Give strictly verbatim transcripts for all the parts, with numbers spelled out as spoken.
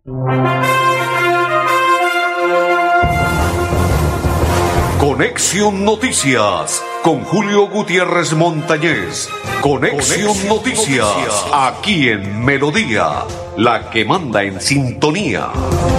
Conexión Noticias con Julio Gutiérrez Montañez. Conexión, Conexión Noticias, Noticias, aquí en Melodía, la que manda en sintonía.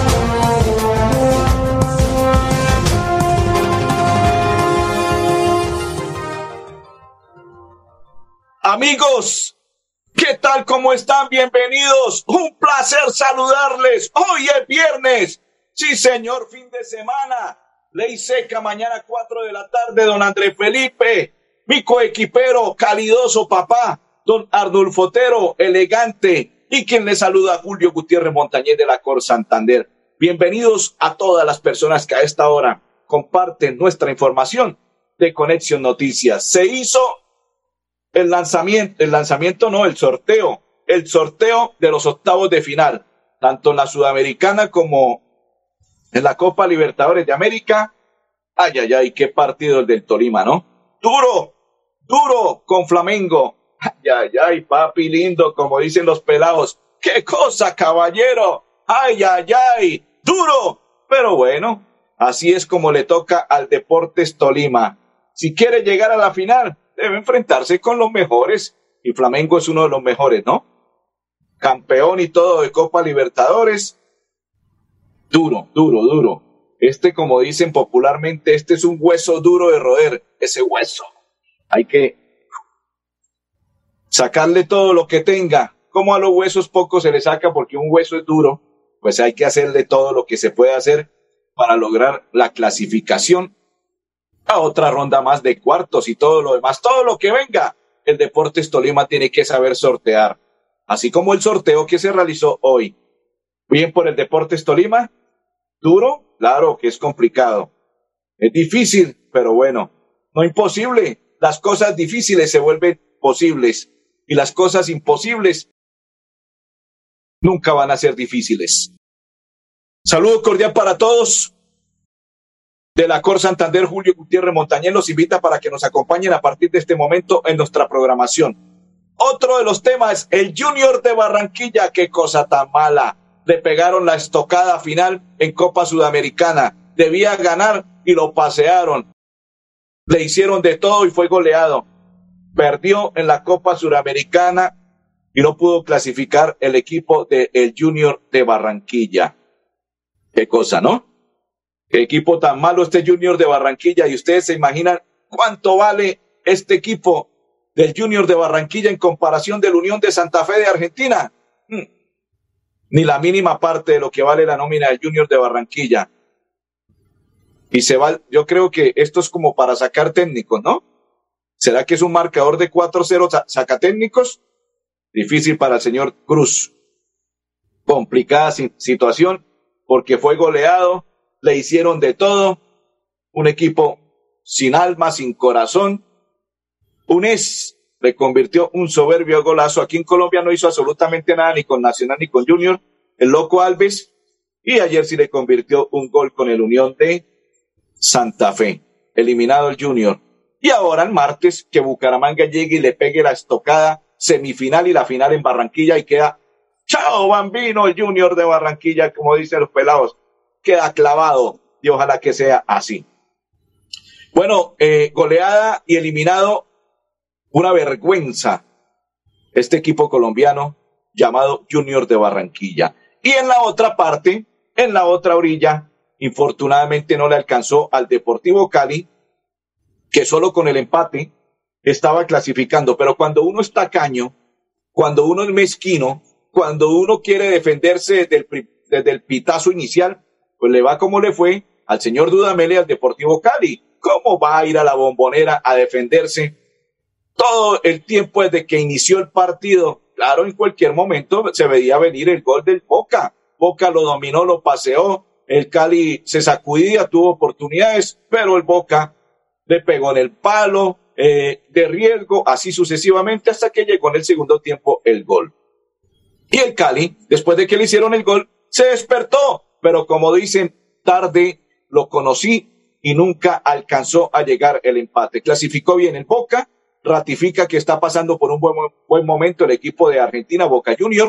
Amigos, ¿qué tal? ¿Cómo están? Bienvenidos. Un placer saludarles. Hoy es viernes. Sí, señor, fin de semana. Ley seca, mañana cuatro de la tarde, don Andrés Felipe, mi coequipero, calidoso papá, don Arnulfo Otero, elegante, y quien le saluda, Julio Gutiérrez Montañez de la Cor Santander. Bienvenidos a todas las personas que a esta hora comparten nuestra información de Conexión Noticias. Se hizo el lanzamiento, el lanzamiento no, el sorteo, el sorteo de los octavos de final, tanto en la Sudamericana como en la Copa Libertadores de América. Ay, ay, ay, qué partido el del Tolima, ¿no? Duro, duro con Flamengo. Ay, ay, ay, papi lindo, como dicen los pelados. ¡Qué cosa, caballero! Ay, ay, ay, duro. Pero bueno, así es como le toca al Deportes Tolima. Si quiere llegar a la final, debe enfrentarse con los mejores. Y Flamengo es uno de los mejores, ¿no? Campeón y todo de Copa Libertadores. Duro, duro, duro. Este, como dicen popularmente, este es un hueso duro de roer. Ese hueso hay que sacarle todo lo que tenga. Como a los huesos poco se le saca porque un hueso es duro, pues hay que hacerle todo lo que se puede hacer para lograr la clasificación a otra ronda más de cuartos y todo lo demás. Todo lo que venga, el Deportes Tolima tiene que saber sortear. Así como el sorteo que se realizó hoy. Bien por el Deportes Tolima. Duro, claro que es complicado. Es difícil, pero bueno, no imposible. Las cosas difíciles se vuelven posibles y las cosas imposibles nunca van a ser difíciles. Saludo cordial para todos. De la Cor Santander, Julio Gutiérrez Montañez los invita para que nos acompañen a partir de este momento en nuestra programación. Otro de los temas, el Junior de Barranquilla, qué cosa tan mala. Le pegaron la estocada final en Copa Sudamericana. Debía ganar y lo pasearon. Le hicieron de todo y fue goleado. Perdió en la Copa Sudamericana y no pudo clasificar el equipo del Junior de Barranquilla. Qué cosa, ¿no? Qué equipo tan malo este Junior de Barranquilla. Y ustedes se imaginan cuánto vale este equipo del Junior de Barranquilla en comparación del Unión de Santa Fe de Argentina. Hmm. Ni la mínima parte de lo que vale la nómina del Junior de Barranquilla. Y se va, yo creo que esto es como para sacar técnicos, ¿no? ¿Será que es un marcador de cuatro cero saca técnicos? Difícil para el señor Cruz. Complicada situación porque fue goleado, le hicieron de todo. Un equipo sin alma, sin corazón. U N E S le convirtió un soberbio golazo. Aquí en Colombia no hizo absolutamente nada ni con Nacional ni con Junior, el Loco Alves, y ayer sí le convirtió un gol con el Unión de Santa Fe, eliminado el Junior. Y ahora el martes que Bucaramanga llegue y le pegue la estocada semifinal y la final en Barranquilla y queda, chao bambino, el Junior de Barranquilla, como dicen los pelados, queda clavado y ojalá que sea así. Bueno, eh, goleada y eliminado. Una vergüenza este equipo colombiano llamado Junior de Barranquilla. Y en la otra parte, en la otra orilla, infortunadamente no le alcanzó al Deportivo Cali, que solo con el empate estaba clasificando. Pero cuando uno es tacaño, cuando uno es mezquino, cuando uno quiere defenderse desde el, desde el pitazo inicial, pues le va como le fue al señor Dudamel y al Deportivo Cali. ¿Cómo va a ir a la Bombonera a defenderse todo el tiempo desde que inició el partido? Claro, en cualquier momento se veía venir el gol del Boca. Boca lo dominó, lo paseó. El Cali se sacudía, tuvo oportunidades, pero el Boca le pegó en el palo, eh, de riesgo, así sucesivamente, hasta que llegó en el segundo tiempo el gol. Y el Cali, después de que le hicieron el gol, se despertó. Pero como dicen, tarde lo conocí y nunca alcanzó a llegar el empate. Clasificó bien el Boca. Ratifica que está pasando por un buen, buen momento el equipo de Argentina, Boca Junior,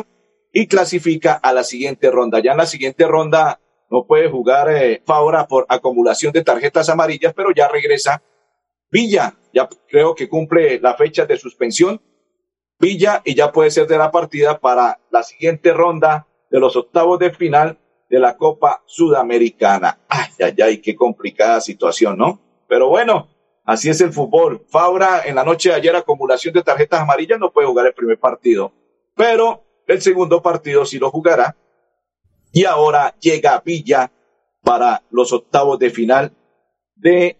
y clasifica a la siguiente ronda. Ya en la siguiente ronda no puede jugar eh, Fabra por acumulación de tarjetas amarillas, pero ya regresa Villa, ya creo que cumple la fecha de suspensión Villa y ya puede ser de la partida para la siguiente ronda de los octavos de final de la Copa Sudamericana. Ay, ay, ay, qué complicada situación, ¿no? Pero bueno, así es el fútbol. Fabra en la noche de ayer, acumulación de tarjetas amarillas, no puede jugar el primer partido, pero el segundo partido sí lo jugará. Y ahora llega Villa para los octavos de final de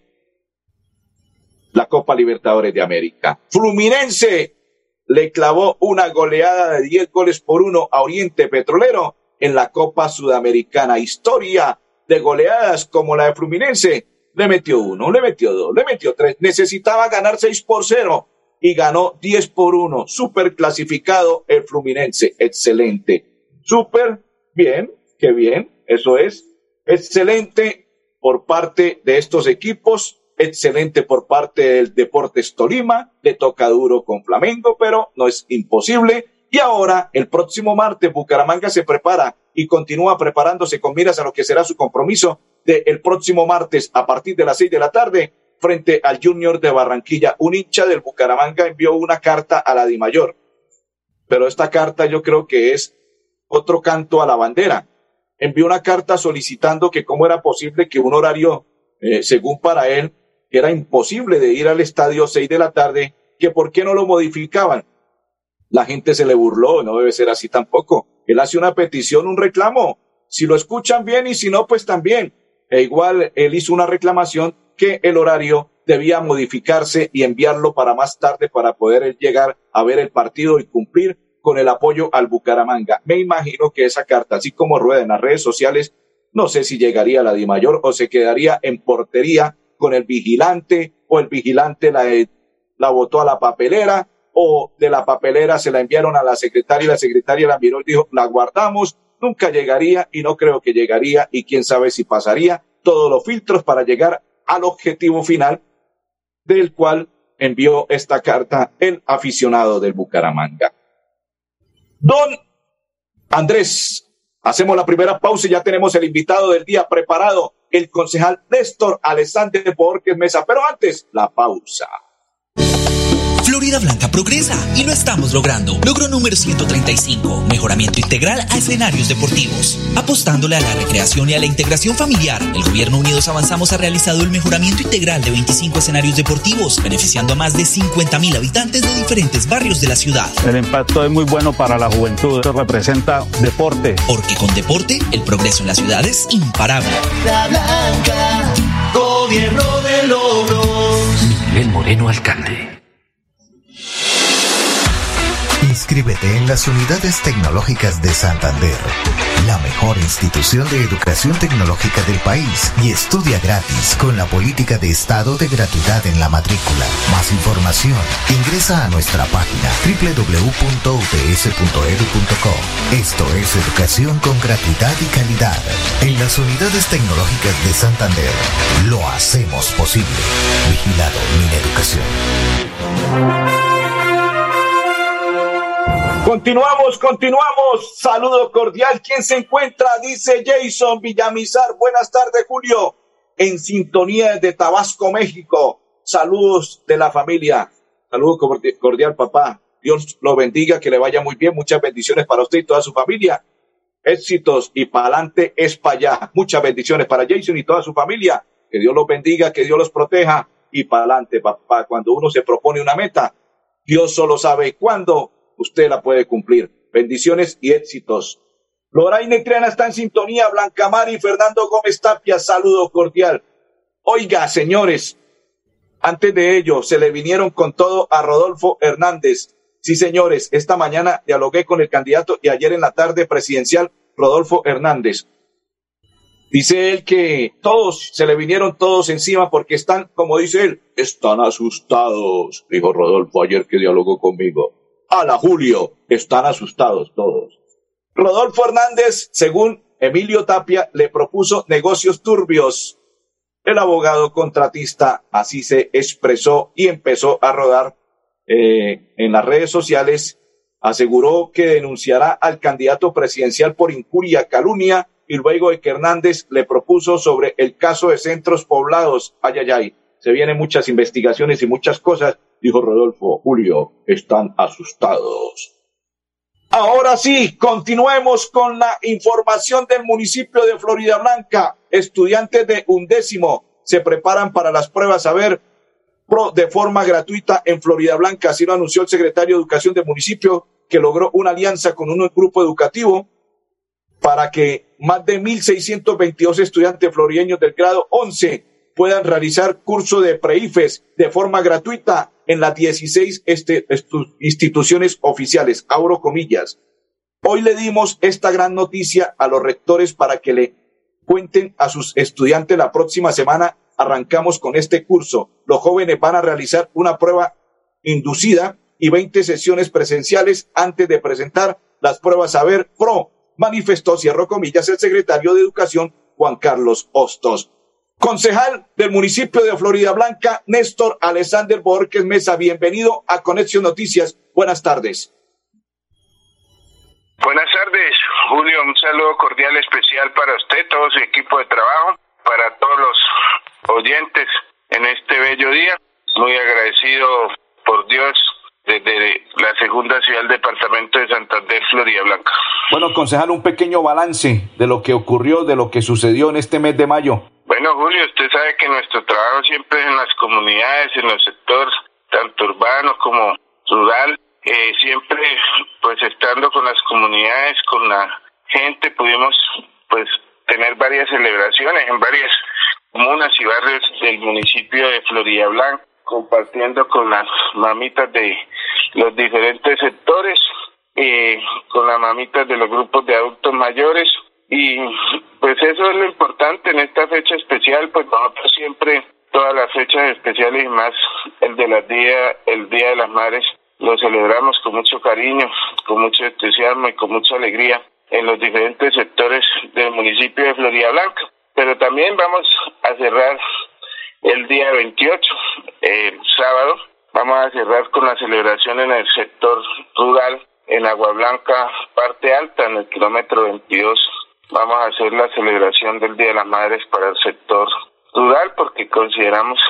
la Copa Libertadores de América. Fluminense le clavó una goleada de diez goles por uno a Oriente Petrolero en la Copa Sudamericana. Historia de goleadas como la de Fluminense. Le metió uno, le metió dos, le metió tres. Necesitaba ganar seis por cero y ganó diez por uno. Súper clasificado el Fluminense. Excelente. Súper bien, qué bien. Eso es. Excelente por parte de estos equipos. Excelente por parte del Deportes Tolima, le toca duro con Flamengo, pero no es imposible. Y ahora, el próximo martes, Bucaramanga se prepara y continúa preparándose con miras a lo que será su compromiso del próximo martes a partir de las seis de la tarde frente al Junior de Barranquilla. Un hincha del Bucaramanga envió una carta a la Dimayor, pero esta carta yo creo que es otro canto a la bandera. Envió una carta solicitando que cómo era posible que un horario, eh, según para él, que era imposible de ir al estadio seis de la tarde, que por qué no lo modificaban. La gente se le burló, no debe ser así tampoco. Él hace una petición, un reclamo. Si lo escuchan bien y si no, pues también. E igual él hizo una reclamación que el horario debía modificarse y enviarlo para más tarde para poder él llegar a ver el partido y cumplir con el apoyo al Bucaramanga. Me imagino que esa carta, así como rueda en las redes sociales, no sé si llegaría a la Dimayor o se quedaría en portería con el vigilante, o el vigilante la, la botó a la papelera, o de la papelera se la enviaron a la secretaria y la secretaria la miró y dijo, la guardamos. Nunca llegaría y no creo que llegaría y quién sabe si pasaría todos los filtros para llegar al objetivo final del cual envió esta carta el aficionado del Bucaramanga. Don Andrés, hacemos la primera pausa y ya tenemos el invitado del día preparado, el concejal Néstor Alexander Borges Mesa. Pero antes, la pausa. Florida Blanca progresa y lo estamos logrando. Logro número ciento treinta y cinco, mejoramiento integral a escenarios deportivos. Apostándole a la recreación y a la integración familiar, el Gobierno Unidos Avanzamos ha realizado el mejoramiento integral de veinticinco escenarios deportivos, beneficiando a más de cincuenta mil habitantes de diferentes barrios de la ciudad. El impacto es muy bueno para la juventud, esto representa deporte. Porque con deporte, el progreso en la ciudad es imparable. La Blanca, gobierno de logros. Miguel Moreno, alcalde. Inscríbete en las Unidades Tecnológicas de Santander, la mejor institución de educación tecnológica del país, y estudia gratis con la política de estado de gratuidad en la matrícula. Más información, ingresa a nuestra página doble u doble u doble u punto u p s punto e d u punto co. Esto es educación con gratuidad y calidad. En las Unidades Tecnológicas de Santander, lo hacemos posible. Vigilado Mineducación. Continuamos, continuamos. Saludo cordial. ¿Quién se encuentra? Dice Jason Villamizar. Buenas tardes, Julio. En sintonía desde Tabasco, México. Saludos de la familia. Saludos cordial, papá. Dios lo bendiga, que le vaya muy bien. Muchas bendiciones para usted y toda su familia. Éxitos y para adelante es para allá. Muchas bendiciones para Jason y toda su familia. Que Dios los bendiga, que Dios los proteja y para adelante, papá. Cuando uno se propone una meta, Dios solo sabe cuándo usted la puede cumplir. Bendiciones y éxitos. Loraine Triana está en sintonía. Blanca Mari y Fernando Gómez Tapia, saludo cordial. Oiga, señores, antes de ello, se le vinieron con todo a Rodolfo Hernández. Sí, señores, esta mañana dialogué con el candidato y ayer en la tarde presidencial, Rodolfo Hernández. Dice él que todos, se le vinieron todos encima porque están, como dice él, están asustados, dijo Rodolfo ayer que dialogó conmigo. A la Julio, están asustados todos. Rodolfo Hernández, según Emilio Tapia, le propuso negocios turbios. El abogado contratista así se expresó y empezó a rodar eh, en las redes sociales Aseguró que denunciará al candidato presidencial por injuria, calumnia y luego de que Hernández le propuso sobre el caso de centros poblados. Ay, ay, ay, se vienen muchas investigaciones y muchas cosas, dijo Rodolfo. Julio, están asustados. Ahora sí, continuemos con la información del municipio de Floridablanca. Estudiantes de undécimo se preparan para las pruebas Saber Pro de forma gratuita en Floridablanca. Así lo anunció el secretario de Educación del municipio, que logró una alianza con un grupo educativo para que más de mil seiscientos veintidós estudiantes florideños del grado once puedan realizar curso de pre-IFES de forma gratuita en las dieciséis este, instituciones oficiales, abro comillas. Hoy le dimos esta gran noticia a los rectores para que le cuenten a sus estudiantes la próxima semana. Arrancamos con este curso. Los jóvenes van a realizar una prueba inducida y veinte sesiones presenciales antes de presentar las pruebas Saber Pro, manifestó, cierro comillas, el secretario de Educación, Juan Carlos Hostos. Concejal del municipio de Floridablanca, Néstor Alexander Borges Mesa, bienvenido a Conexión Noticias. Buenas tardes. Buenas tardes, Julio. Un saludo cordial especial para usted, todo su equipo de trabajo, para todos los oyentes en este bello día. Muy agradecido por Dios desde la segunda ciudad del departamento de Santander, Floridablanca. Bueno, concejal, un pequeño balance de lo que ocurrió, de lo que sucedió en este mes de mayo. Bueno, Julio, usted sabe que nuestro trabajo siempre es en las comunidades, en los sectores, tanto urbanos como rural, eh, siempre pues estando con las comunidades, con la gente, pudimos pues tener varias celebraciones en varias comunas y barrios del municipio de Floridablanca, compartiendo con las mamitas de los diferentes sectores, eh, con las mamitas de los grupos de adultos mayores, y pues eso es lo importante en esta fecha especial. Pues nosotros siempre, todas las fechas especiales y más el de las día, el Día de las Madres, lo celebramos con mucho cariño, con mucho entusiasmo y con mucha alegría en los diferentes sectores del municipio de Floridablanca. Pero también vamos a cerrar el día veintiocho, el sábado, vamos a cerrar con la celebración en el sector rural, en Agua Blanca, parte alta, en el kilómetro veintidós. Vamos a hacer la celebración del Día de las Madres para el sector rural, porque consideramos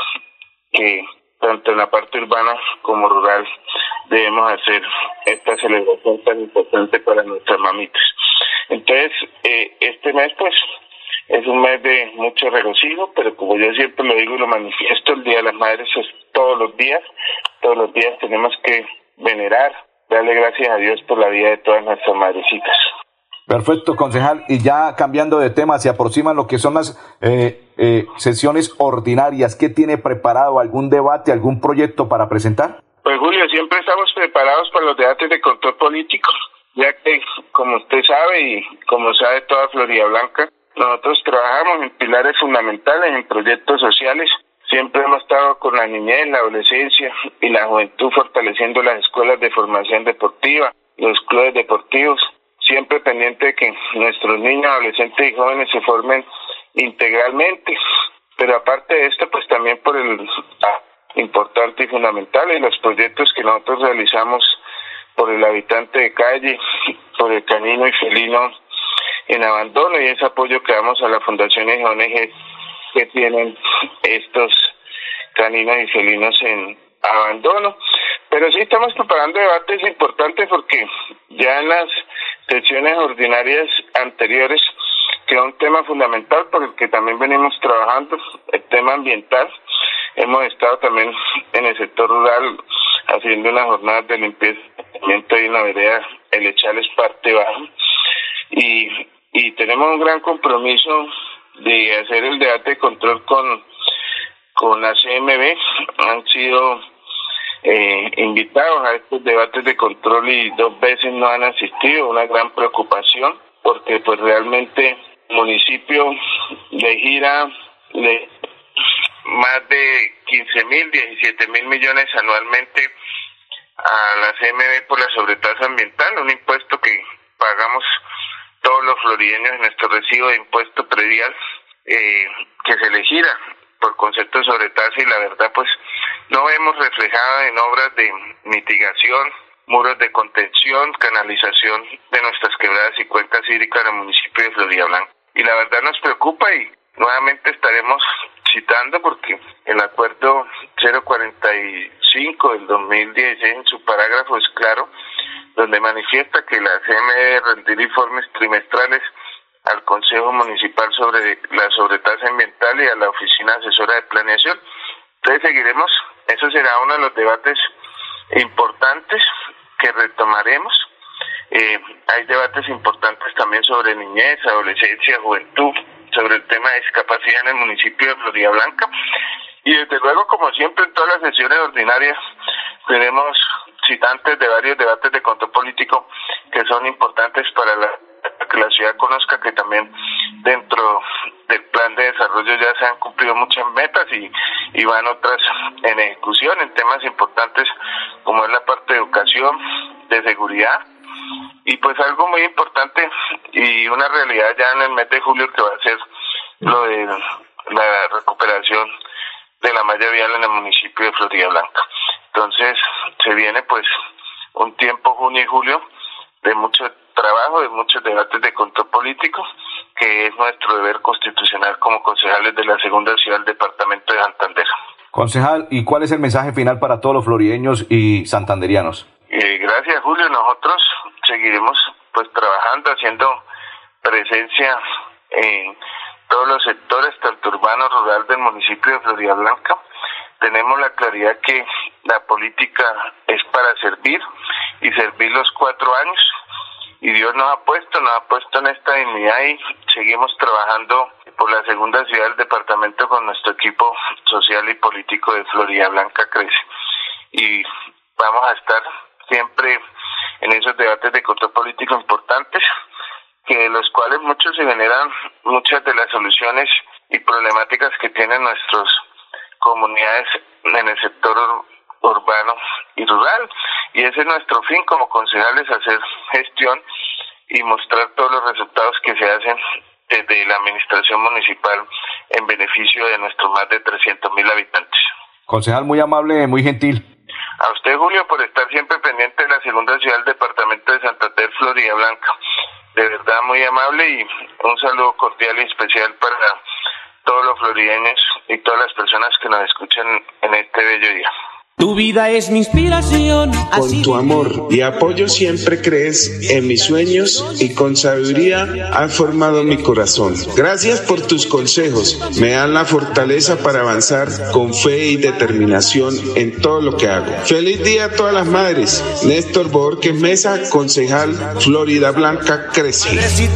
que tanto en la parte urbana como rural debemos hacer esta celebración tan importante para nuestras mamitas. Entonces, eh, este mes pues es un mes de mucho regocijo, pero como yo siempre lo digo y lo manifiesto, el Día de las Madres es todos los días. Todos los días tenemos que venerar, darle gracias a Dios por la vida de todas nuestras madrecitas. Perfecto, concejal. Y ya cambiando de tema, se aproximan lo que son las eh, eh, sesiones ordinarias. ¿Qué tiene preparado? ¿Algún debate, algún proyecto para presentar? Pues Julio, siempre estamos preparados para los debates de control político, ya que, como usted sabe y como sabe toda Floridablanca, nosotros trabajamos en pilares fundamentales, en proyectos sociales. Siempre hemos estado con la niñez, la adolescencia y la juventud, fortaleciendo las escuelas de formación deportiva, los clubes deportivos, siempre pendiente de que nuestros niños, adolescentes y jóvenes se formen integralmente. Pero aparte de esto, pues también por el ah, importante y fundamental y los proyectos que nosotros realizamos por el habitante de calle, por el canino y felino en abandono, y ese apoyo que damos a las fundaciones y O N G que tienen estos caninos y felinos en abandono. Pero sí estamos preparando debates importantes, porque ya en las sesiones ordinarias anteriores quedó un tema fundamental por el que también venimos trabajando, el tema ambiental. Hemos estado también en el sector rural haciendo unas jornadas de limpieza y en la vereda El Echales parte baja, y, y tenemos un gran compromiso de hacer el debate de control con, con la C M B. Han sido eh, invitados a estos debates de control y dos veces no han asistido, una gran preocupación, porque pues realmente el municipio le gira le, más de quince mil, diecisiete mil millones anualmente a la C M B por la sobretasa ambiental, un impuesto que pagamos todos los florideños en nuestro recibo de impuesto predial, eh, que se le gira por concepto de sobretasa, y la verdad pues no vemos reflejado en obras de mitigación muros de contención, canalización de nuestras quebradas y cuencas hídricas en el municipio de Floridablanca. Y la verdad nos preocupa y nuevamente estaremos citando porque el acuerdo cero cuarenta y cinco del dos mil dieciséis en su parágrafo es claro, donde manifiesta que la C M debe rendir informes trimestrales al Consejo Municipal sobre la sobretasa ambiental y a la Oficina Asesora de Planeación. Entonces seguiremos, eso será uno de los debates importantes que retomaremos. Eh, hay debates importantes también sobre niñez, adolescencia, juventud, sobre el tema de discapacidad en el municipio de Floridablanca. Y desde luego, como siempre, en todas las sesiones ordinarias tenemos citantes de varios debates de control político que son importantes para la, que la ciudad conozca que también dentro del plan de desarrollo ya se han cumplido muchas metas y, y van otras en ejecución en temas importantes como es la parte de educación, de seguridad y pues algo muy importante y una realidad ya en el mes de julio que va a ser lo de la recuperación de la malla vial en el municipio de Floridablanca. Entonces se viene pues un tiempo, junio y julio, de mucho trabajo, de muchos debates de control político, que es nuestro deber constitucional como concejales de la segunda ciudad del departamento de Santander. Concejal, ¿y cuál es el mensaje final para todos los florideños y santanderianos? Eh, gracias, Julio. Nosotros seguiremos pues trabajando, haciendo presencia en todos los sectores, tanto urbano, rural del municipio de Floridablanca. Tenemos la claridad que la política es para servir y servir los cuatro años y Dios nos ha puesto, nos ha puesto en esta dignidad y seguimos trabajando por la segunda ciudad del departamento con nuestro equipo social y político de Floridablanca Crece y vamos a estar siempre en esos debates de control político importantes que de los cuales muchos se generan muchas de las soluciones y problemáticas que tienen nuestras comunidades en el sector ur- urbano y rural y ese es nuestro fin como concejales, hacer gestión y mostrar todos los resultados que se hacen desde la administración municipal en beneficio de nuestros más de trescientos mil habitantes. Concejal, muy amable, muy gentil. A usted, Julio, por estar siempre pendiente de la segunda ciudad del departamento de Santander, Floridablanca. De verdad, muy amable y un saludo cordial y especial para todos los florideños y todas las personas que nos escuchan en este bello día. Tu vida es mi inspiración. Con tu amor y apoyo siempre crees en mis sueños y con sabiduría has formado mi corazón. Gracias por tus consejos. Me dan la fortaleza para avanzar con fe y determinación en todo lo que hago. Feliz día a todas las madres. Néstor Borges Mesa, concejal Floridablanca Crece.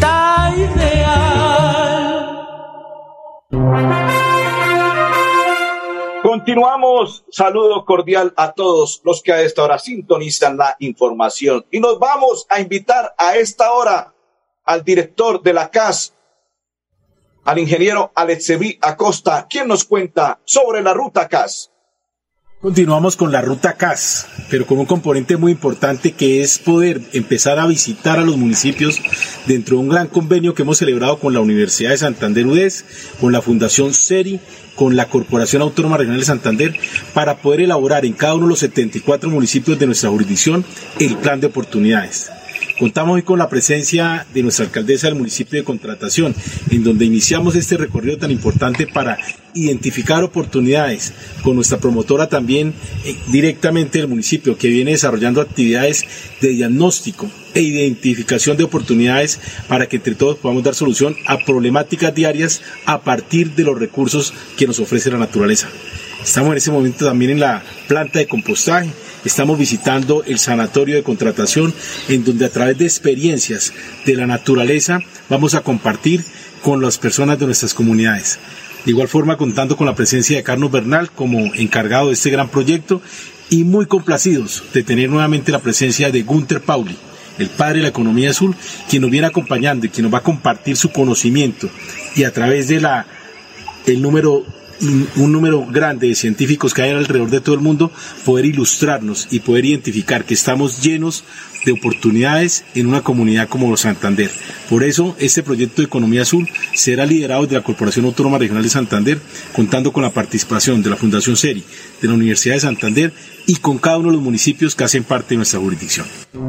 Continuamos, saludo cordial a todos los que a esta hora sintonizan la información y nos vamos a invitar a esta hora al director de la C A S, al ingeniero Alexevi Acosta, quien nos cuenta sobre la ruta C A S. Continuamos con la ruta C A S, pero con un componente muy importante que es poder empezar a visitar a los municipios dentro de un gran convenio que hemos celebrado con la Universidad de Santander U D E S, con la Fundación SERI, con la Corporación Autónoma Regional de Santander, para poder elaborar en cada uno de los setenta y cuatro municipios de nuestra jurisdicción el plan de oportunidades. Contamos hoy con la presencia de nuestra alcaldesa del municipio de Contratación, en donde iniciamos este recorrido tan importante para identificar oportunidades, con nuestra promotora también eh, directamente del municipio, que viene desarrollando actividades de diagnóstico e identificación de oportunidades para que entre todos podamos dar solución a problemáticas diarias a partir de los recursos que nos ofrece la naturaleza. Estamos en ese momento también en la planta de compostaje. Estamos visitando el sanatorio de Contratación, en donde a través de experiencias de la naturaleza vamos a compartir con las personas de nuestras comunidades. De igual forma, contando con la presencia de Carlos Bernal como encargado de este gran proyecto y muy complacidos de tener nuevamente la presencia de Gunter Pauli, el padre de la economía azul, quien nos viene acompañando y quien nos va a compartir su conocimiento y a través de la el número un número grande de científicos que hay alrededor de todo el mundo, poder ilustrarnos y poder identificar que estamos llenos de oportunidades en una comunidad como Santander. Por eso, este proyecto de Economía Azul será liderado desde la Corporación Autónoma Regional de Santander, contando con la participación de la Fundación SERI, de la Universidad de Santander y con cada uno de los municipios que hacen parte de nuestra jurisdicción.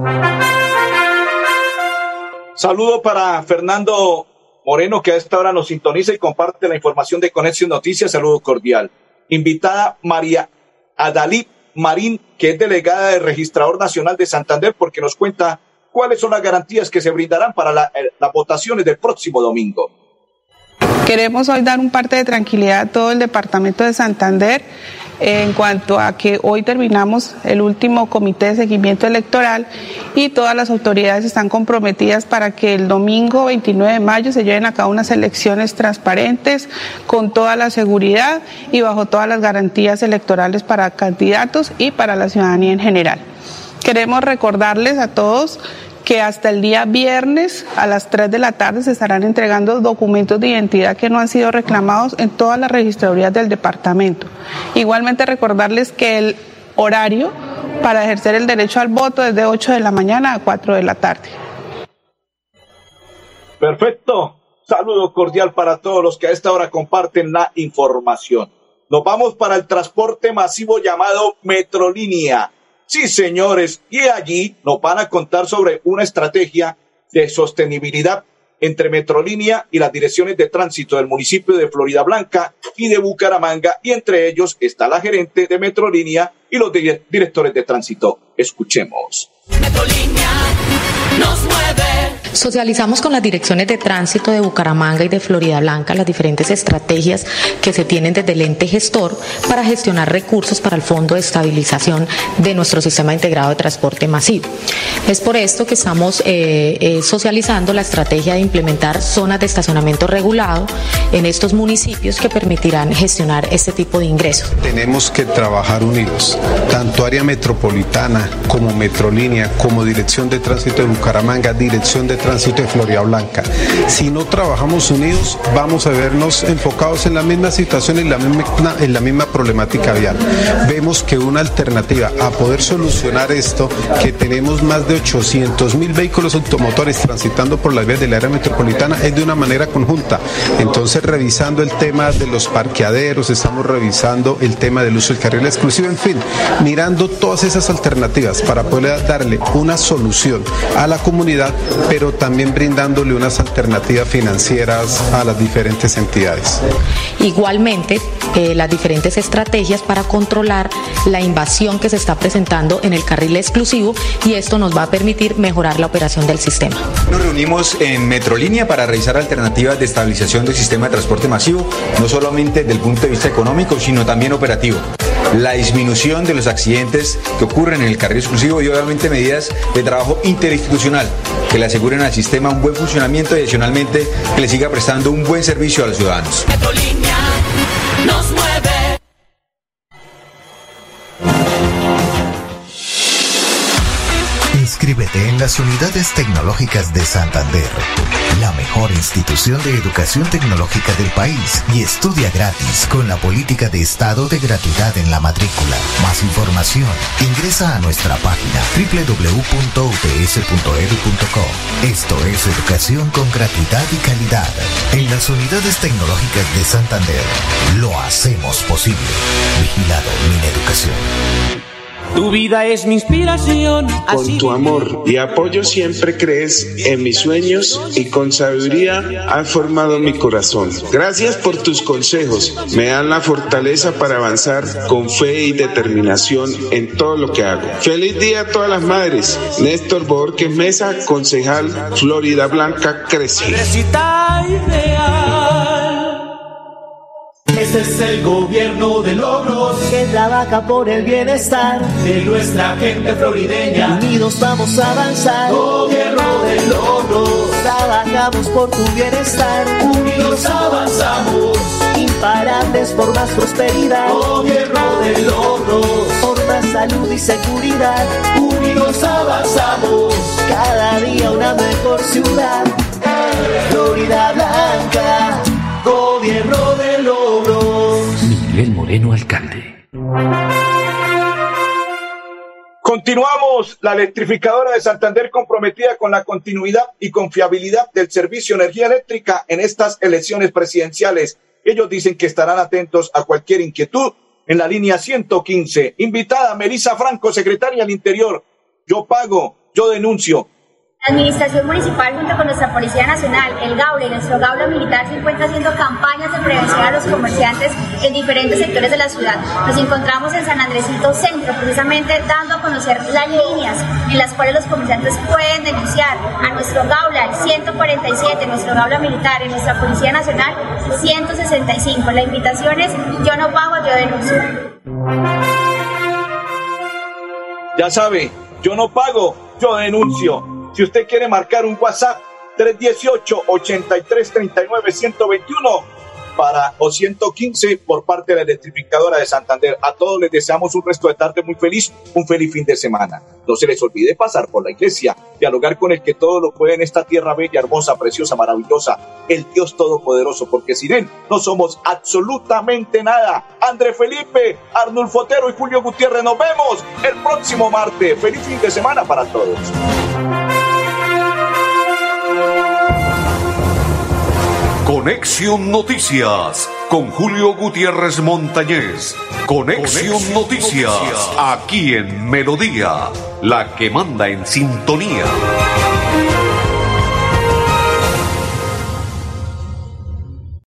Saludo para Fernando Moreno, que a esta hora nos sintoniza y comparte la información de Conexión Noticias. Saludo cordial. Invitada María Adalí Marín, que es delegada del Registrador Nacional de Santander, porque nos cuenta cuáles son las garantías que se brindarán para la, las votaciones del próximo domingo. Queremos hoy dar un parte de tranquilidad a todo el departamento de Santander en cuanto a que hoy terminamos el último comité de seguimiento electoral y todas las autoridades están comprometidas para que el domingo veintinueve de mayo se lleven a cabo unas elecciones transparentes, con toda la seguridad y bajo todas las garantías electorales para candidatos y para la ciudadanía en general. Queremos recordarles a todos que hasta el día viernes a las tres de la tarde se estarán entregando documentos de identidad que no han sido reclamados en todas las registradurías del departamento. Igualmente recordarles que el horario para ejercer el derecho al voto es de ocho de la mañana a cuatro de la tarde. Perfecto. Saludo cordial para todos los que a esta hora comparten la información. Nos vamos para el transporte masivo llamado Metrolínea. Sí, señores, y allí nos van a contar sobre una estrategia de sostenibilidad entre Metrolínea y las direcciones de tránsito del municipio de Floridablanca y de Bucaramanga, y entre ellos está la gerente de Metrolínea y los directores de tránsito. Escuchemos. Metrolínea nos mueve. Socializamos con las direcciones de tránsito de Bucaramanga y de Floridablanca las diferentes estrategias que se tienen desde el ente gestor para gestionar recursos para el Fondo de Estabilización de nuestro Sistema Integrado de Transporte Masivo. Es por esto que estamos eh, eh, socializando la estrategia de implementar zonas de estacionamiento regulado en estos municipios que permitirán gestionar este tipo de ingresos. Tenemos que trabajar unidos, tanto área metropolitana como Metrolínea, como Dirección de Tránsito de Bucaramanga, Dirección de Tránsito de Floridablanca. Si no trabajamos unidos, vamos a vernos enfocados en la misma situación, en la misma, en la misma problemática vial. Vemos que una alternativa a poder solucionar esto, que tenemos más de ochocientos mil vehículos automotores transitando por las vías del área metropolitana, es de una manera conjunta. Entonces, revisando el tema de los parqueaderos, estamos revisando el tema del uso del carril exclusivo, en fin, mirando todas esas alternativas para poder darle una solución a la comunidad, pero también brindándole unas alternativas financieras a las diferentes entidades. Igualmente, eh, las diferentes estrategias para controlar la invasión que se está presentando en el carril exclusivo, y esto nos va a permitir mejorar la operación del sistema. Nos reunimos en Metrolínea para revisar alternativas de estabilización del sistema de transporte masivo, no solamente desde el punto de vista económico, sino también operativo. La disminución de los accidentes que ocurren en el carril exclusivo y obviamente medidas de trabajo interinstitucional que le aseguren al sistema un buen funcionamiento y adicionalmente que le siga prestando un buen servicio a los ciudadanos. Metrolínea nos mueve. Inscríbete en las unidades tecnológicas de Santander, la mejor institución de educación tecnológica del país, y estudia gratis con la política de estado de gratuidad en la matrícula. Más información, ingresa a nuestra página doble u doble u doble u punto u p s punto e d u punto co. Esto es educación con gratuidad y calidad. En las unidades tecnológicas de Santander, lo hacemos posible. Vigilado Mineducación. Tu vida es mi inspiración. Con tu amor y apoyo siempre crees en mis sueños y con sabiduría has formado mi corazón. Gracias por tus consejos. Me dan la fortaleza para avanzar con fe y determinación en todo lo que hago. Feliz día a todas las madres. Néstor Borges Mesa, concejal Floridablanca Crece. Este es el gobierno de logros que trabaja por el bienestar de nuestra gente florideña. Unidos vamos a avanzar. Gobierno de logros, trabajamos por tu bienestar. Unidos avanzamos, imparables por más prosperidad. Gobierno de logros, por más salud y seguridad. Unidos avanzamos, cada día una mejor ciudad. Floridablanca, gobierno de logros. Moreno Alcalde. Continuamos. La electrificadora de Santander comprometida con la continuidad y confiabilidad del servicio de energía eléctrica en estas elecciones presidenciales. Ellos dicen que estarán atentos a cualquier inquietud en la línea ciento quince. Invitada Melissa Franco, secretaria del Interior. Yo pago, yo denuncio. La Administración Municipal junto con nuestra Policía Nacional, el Gaula y nuestro Gaula Militar se encuentra haciendo campañas de prevención a los comerciantes en diferentes sectores de la ciudad. Nos encontramos en San Andresito Centro, precisamente dando a conocer las líneas en las cuales los comerciantes pueden denunciar a nuestro Gaula, el ciento cuarenta y siete, nuestro Gaula Militar y nuestra Policía Nacional, ciento sesenta y cinco. La invitación es yo no pago, yo denuncio. Ya sabe, yo no pago, yo denuncio. Si usted quiere marcar un WhatsApp, tres uno ocho, ocho tres tres nueve, uno dos uno para, o ciento quince por parte de la electrificadora de Santander. A todos les deseamos un resto de tarde muy feliz, un feliz fin de semana. No se les olvide pasar por la iglesia, dialogar con el que todo lo puede en esta tierra bella, hermosa, preciosa, maravillosa, el Dios Todopoderoso, porque sin Él no somos absolutamente nada. André Felipe, Arnulfo Otero y Julio Gutiérrez, nos vemos el próximo martes. Feliz fin de semana para todos. Conexión Noticias con Julio Gutiérrez Montañez. Conexión, Conexión Noticias, Noticias, aquí en Melodía, la que manda en sintonía.